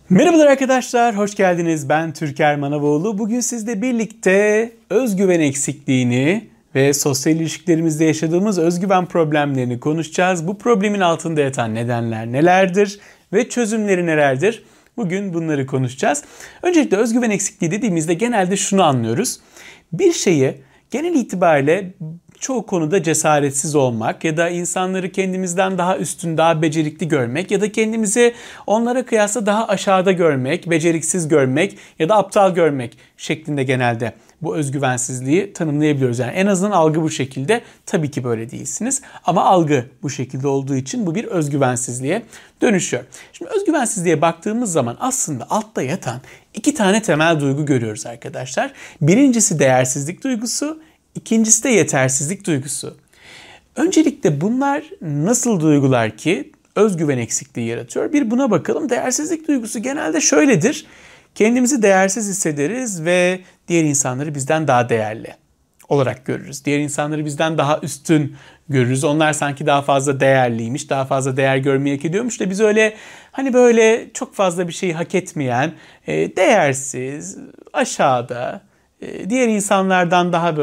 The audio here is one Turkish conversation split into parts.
Merhabalar arkadaşlar, hoş geldiniz. Ben Türker Manavoğlu. Bugün sizle birlikte özgüven eksikliğini ve sosyal ilişkilerimizde yaşadığımız özgüven problemlerini konuşacağız. Bu problemin altında yatan nedenler nelerdir ve çözümleri nelerdir? Bugün bunları konuşacağız. Öncelikle özgüven eksikliği dediğimizde genelde şunu anlıyoruz. Bir şeyi genel itibariyle çoğu konuda cesaretsiz olmak ya da insanları kendimizden daha üstün, daha becerikli görmek ya da kendimizi onlara kıyasla daha aşağıda görmek, beceriksiz görmek ya da aptal görmek şeklinde genelde bu özgüvensizliği tanımlayabiliyoruz. Yani en azından algı bu şekilde. Tabii ki böyle değilsiniz ama algı bu şekilde olduğu için bu bir özgüvensizliğe dönüşüyor. Şimdi özgüvensizliğe baktığımız zaman aslında altta yatan iki tane temel duygu görüyoruz arkadaşlar. Birincisi değersizlik duygusu, İkincisi de yetersizlik duygusu. Öncelikle bunlar nasıl duygular ki özgüven eksikliği yaratıyor? Bir buna bakalım. Değersizlik duygusu genelde şöyledir. Kendimizi değersiz hissederiz ve diğer insanları bizden daha değerli olarak görürüz. Diğer insanları bizden daha üstün görürüz. Onlar sanki daha fazla değerliymiş, daha fazla değer görmeyi hak ediyormuş da biz öyle böyle çok fazla bir şeyi hak etmeyen, değersiz, aşağıda, diğer insanlardan daha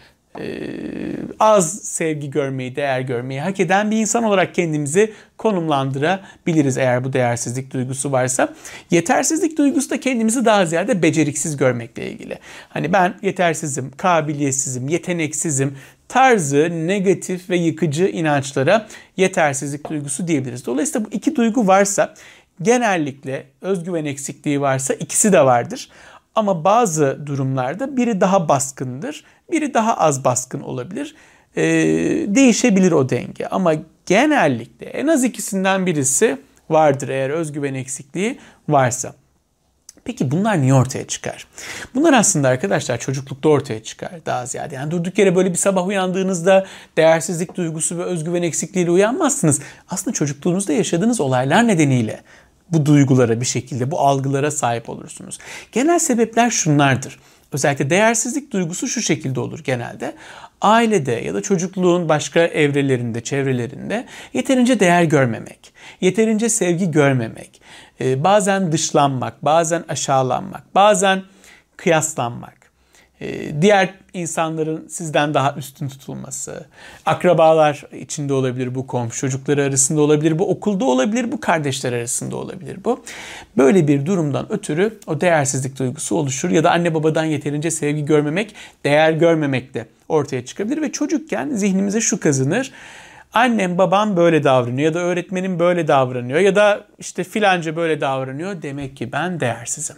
az sevgi görmeyi, değer görmeyi hak eden bir insan olarak kendimizi konumlandırabiliriz eğer bu değersizlik duygusu varsa. Yetersizlik duygusu da kendimizi daha ziyade beceriksiz görmekle ilgili. Hani ben yetersizim, kabiliyetsizim, yeteneksizim tarzı negatif ve yıkıcı inançlara yetersizlik duygusu diyebiliriz. Dolayısıyla bu iki duygu varsa, genellikle özgüven eksikliği varsa ikisi de vardır. Ama bazı durumlarda biri daha baskındır, biri daha az baskın olabilir. Değişebilir o denge. Ama genellikle en az ikisinden birisi vardır eğer özgüven eksikliği varsa. Peki bunlar niye ortaya çıkar? Bunlar aslında arkadaşlar çocuklukta ortaya çıkar daha ziyade. Yani durduk yere böyle bir sabah uyandığınızda değersizlik duygusu ve özgüven eksikliğiyle uyanmazsınız. Aslında çocukluğunuzda yaşadığınız olaylar nedeniyle bu duygulara bir şekilde, bu algılara sahip olursunuz. Genel sebepler şunlardır. Özellikle değersizlik duygusu şu şekilde olur genelde. Ailede ya da çocukluğun başka evrelerinde, çevrelerinde yeterince değer görmemek, yeterince sevgi görmemek, bazen dışlanmak, bazen aşağılanmak, bazen kıyaslanmak, diğer insanların sizden daha üstün tutulması, akrabalar içinde olabilir bu, komşu çocukları arasında olabilir bu, okulda olabilir bu, kardeşler arasında olabilir bu. Böyle bir durumdan ötürü o değersizlik duygusu oluşur ya da anne babadan yeterince sevgi görmemek, değer görmemek de ortaya çıkabilir ve çocukken zihnimize şu kazınır: annem babam böyle davranıyor ya da öğretmenim böyle davranıyor ya da işte filanca böyle davranıyor, demek ki ben değersizim.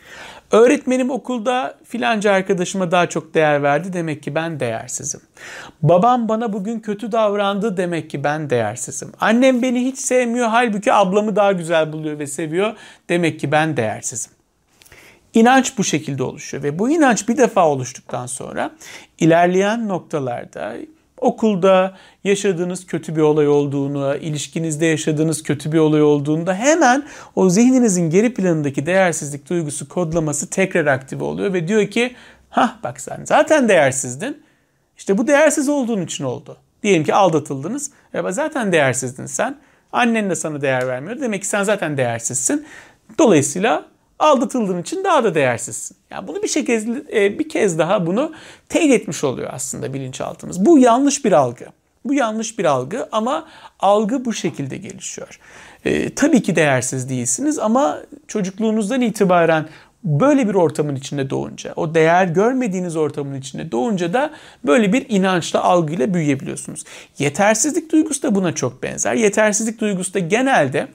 Öğretmenim okulda filanca arkadaşıma daha çok değer verdi, demek ki ben değersizim. Babam bana bugün kötü davrandı, demek ki ben değersizim. Annem beni hiç sevmiyor, halbuki ablamı daha güzel buluyor ve seviyor, demek ki ben değersizim. İnanç bu şekilde oluşuyor ve bu inanç bir defa oluştuktan sonra ilerleyen noktalarda okulda yaşadığınız kötü bir olay olduğunu, ilişkinizde yaşadığınız kötü bir olay olduğunda hemen o zihninizin geri planındaki değersizlik duygusu kodlaması tekrar aktive oluyor ve diyor ki bak sen zaten değersizdin. İşte bu değersiz olduğun için oldu. Diyelim ki aldatıldınız. Zaten değersizdin sen. Annen de sana değer vermiyor. Demek ki sen zaten değersizsin. Dolayısıyla aldatıldığın için daha da değersizsin. Yani bunu bir kez daha bunu teyit etmiş oluyor aslında bilinçaltımız. Bu yanlış bir algı. Bu yanlış bir algı ama algı bu şekilde gelişiyor. Tabii ki değersiz değilsiniz ama çocukluğunuzdan itibaren böyle bir ortamın içinde doğunca, o değer görmediğiniz ortamın içinde doğunca da böyle bir inançla, algıyla büyüyebiliyorsunuz. Yetersizlik duygusu da buna çok benzer. Yetersizlik duygusu da genelde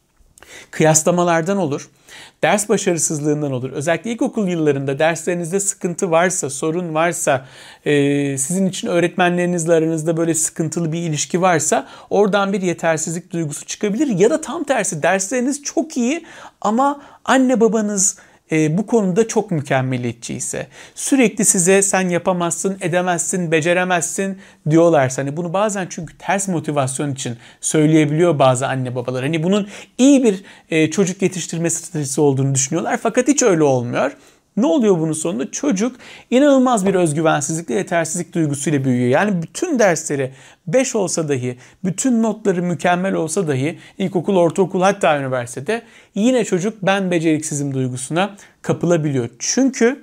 kıyaslamalardan olur, ders başarısızlığından olur. Özellikle ilkokul yıllarında derslerinizde sıkıntı varsa, sorun varsa, sizin için öğretmenlerinizle aranızda böyle sıkıntılı bir ilişki varsa oradan bir yetersizlik duygusu çıkabilir. Ya da tam tersi, dersleriniz çok iyi ama anne babanız bu konuda çok mükemmeliyetçi ise, sürekli size sen yapamazsın, edemezsin, beceremezsin diyorlarsa, hani bunu bazen çünkü ters motivasyon için söyleyebiliyor bazı anne babalar. Hani bunun iyi bir çocuk yetiştirme stratejisi olduğunu düşünüyorlar fakat hiç öyle olmuyor. Ne oluyor bunun sonunda? Çocuk inanılmaz bir özgüvensizlikle, yetersizlik duygusuyla büyüyor. Yani bütün dersleri 5 olsa dahi, bütün notları mükemmel olsa dahi ilkokul, ortaokul hatta üniversitede yine çocuk ben beceriksizim duygusuna kapılabiliyor. Çünkü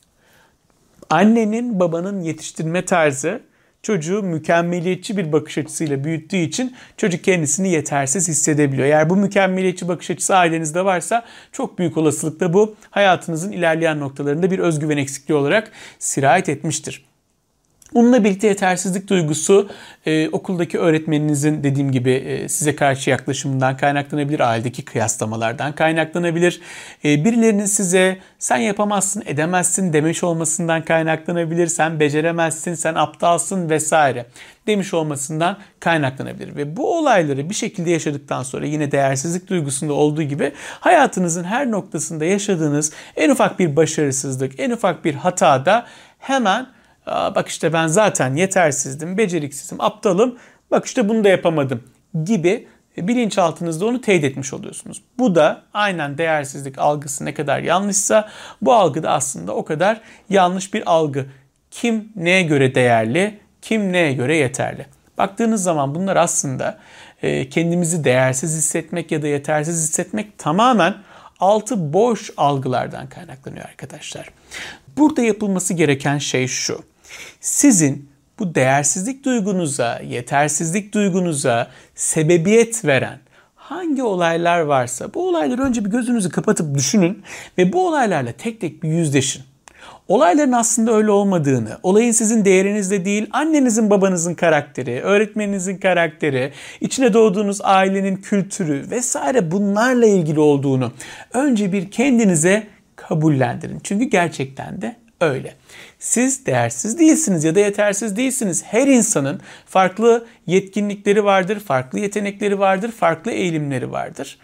annenin, babanın yetiştirme tarzı çocuğu mükemmeliyetçi bir bakış açısıyla büyüttüğü için çocuk kendisini yetersiz hissedebiliyor. Eğer bu mükemmeliyetçi bakış açısı ailenizde varsa çok büyük olasılıkla bu hayatınızın ilerleyen noktalarında bir özgüven eksikliği olarak sirayet etmiştir. Bununla birlikte yetersizlik duygusu okuldaki öğretmeninizin dediğim gibi size karşı yaklaşımından kaynaklanabilir, ailedeki kıyaslamalardan kaynaklanabilir. Birilerinin size sen yapamazsın, edemezsin demiş olmasından kaynaklanabilir, sen beceremezsin, sen aptalsın vesaire demiş olmasından kaynaklanabilir. Ve bu olayları bir şekilde yaşadıktan sonra yine değersizlik duygusunda olduğu gibi hayatınızın her noktasında yaşadığınız en ufak bir başarısızlık, en ufak bir hatada hemen bak işte ben zaten yetersizdim, beceriksizim, aptalım, bak işte bunu da yapamadım gibi bilinçaltınızda onu teyit etmiş oluyorsunuz. Bu da aynen değersizlik algısı ne kadar yanlışsa bu algı da aslında o kadar yanlış bir algı. Kim neye göre değerli, kim neye göre yeterli? Baktığınız zaman bunlar aslında kendimizi değersiz hissetmek ya da yetersiz hissetmek tamamen altı boş algılardan kaynaklanıyor arkadaşlar. Burada yapılması gereken şey şu. Sizin bu değersizlik duygunuza, yetersizlik duygunuza sebebiyet veren hangi olaylar varsa bu olayları önce bir gözünüzü kapatıp düşünün ve bu olaylarla tek tek bir yüzleşin. Olayların aslında öyle olmadığını, olayın sizin değerinizle değil, annenizin, babanızın karakteri, öğretmeninizin karakteri, içine doğduğunuz ailenin kültürü vesaire bunlarla ilgili olduğunu önce bir kendinize kabullendirin. Çünkü gerçekten de öyle. Siz değersiz değilsiniz ya da yetersiz değilsiniz. Her insanın farklı yetkinlikleri vardır, farklı yetenekleri vardır, farklı eğilimleri vardır.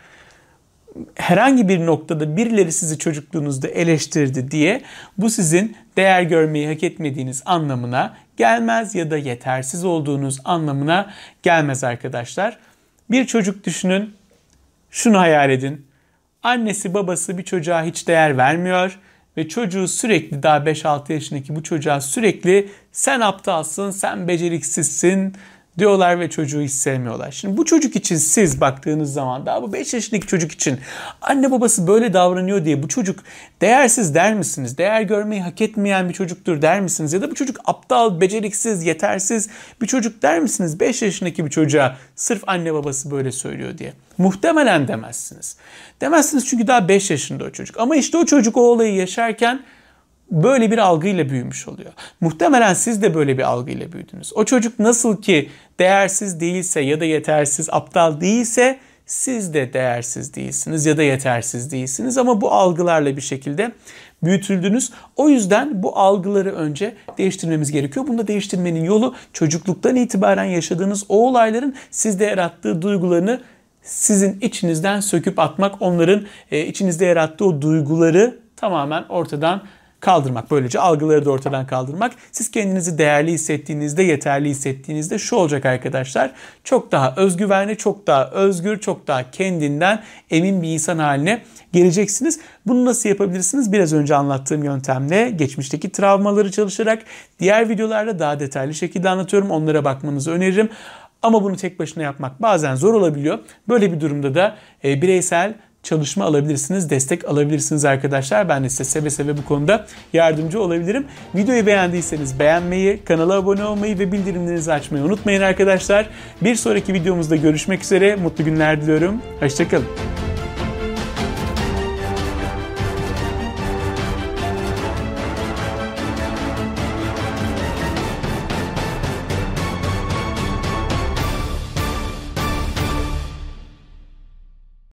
Herhangi bir noktada birileri sizi çocukluğunuzda eleştirdi diye bu sizin değer görmeyi hak etmediğiniz anlamına gelmez ya da yetersiz olduğunuz anlamına gelmez arkadaşlar. Bir çocuk düşünün, şunu hayal edin. Annesi babası bir çocuğa hiç değer vermiyor ve çocuğu sürekli daha 5-6 yaşındaki bu çocuğa sürekli sen aptalsın, sen beceriksizsin diyorlar ve çocuğu hiç sevmiyorlar. Şimdi bu çocuk için siz baktığınız zaman daha bu 5 yaşındaki çocuk için anne babası böyle davranıyor diye bu çocuk değersiz der misiniz? Değer görmeyi hak etmeyen bir çocuktur der misiniz? Ya da bu çocuk aptal, beceriksiz, yetersiz bir çocuk der misiniz? 5 yaşındaki bir çocuğa sırf anne babası böyle söylüyor diye. Muhtemelen demezsiniz. Demezsiniz çünkü daha 5 yaşında o çocuk. Ama işte o çocuk o olayı yaşarken böyle bir algıyla büyümüş oluyor. Muhtemelen siz de böyle bir algıyla büyüdünüz. O çocuk nasıl ki değersiz değilse ya da yetersiz, aptal değilse siz de değersiz değilsiniz ya da yetersiz değilsiniz. Ama bu algılarla bir şekilde büyütüldünüz. O yüzden bu algıları önce değiştirmemiz gerekiyor. Bunu da değiştirmenin yolu çocukluktan itibaren yaşadığınız o olayların sizde yarattığı duygularını sizin içinizden söküp atmak, onların içinizde yarattığı o duyguları tamamen ortadan kaldırmak. Böylece algıları da ortadan kaldırmak. Siz kendinizi değerli hissettiğinizde, yeterli hissettiğinizde şu olacak arkadaşlar. Çok daha özgüvenli, çok daha özgür, çok daha kendinden emin bir insan haline geleceksiniz. Bunu nasıl yapabilirsiniz? Biraz önce anlattığım yöntemle, geçmişteki travmaları çalışarak, diğer videolarda daha detaylı şekilde anlatıyorum. Onlara bakmanızı öneririm. Ama bunu tek başına yapmak bazen zor olabiliyor. Böyle bir durumda da bireysel çalışma alabilirsiniz, destek alabilirsiniz arkadaşlar. Ben de size seve seve bu konuda yardımcı olabilirim. Videoyu beğendiyseniz beğenmeyi, kanala abone olmayı ve bildirimlerinizi açmayı unutmayın arkadaşlar. Bir sonraki videomuzda görüşmek üzere. Mutlu günler diliyorum. Hoşça kalın.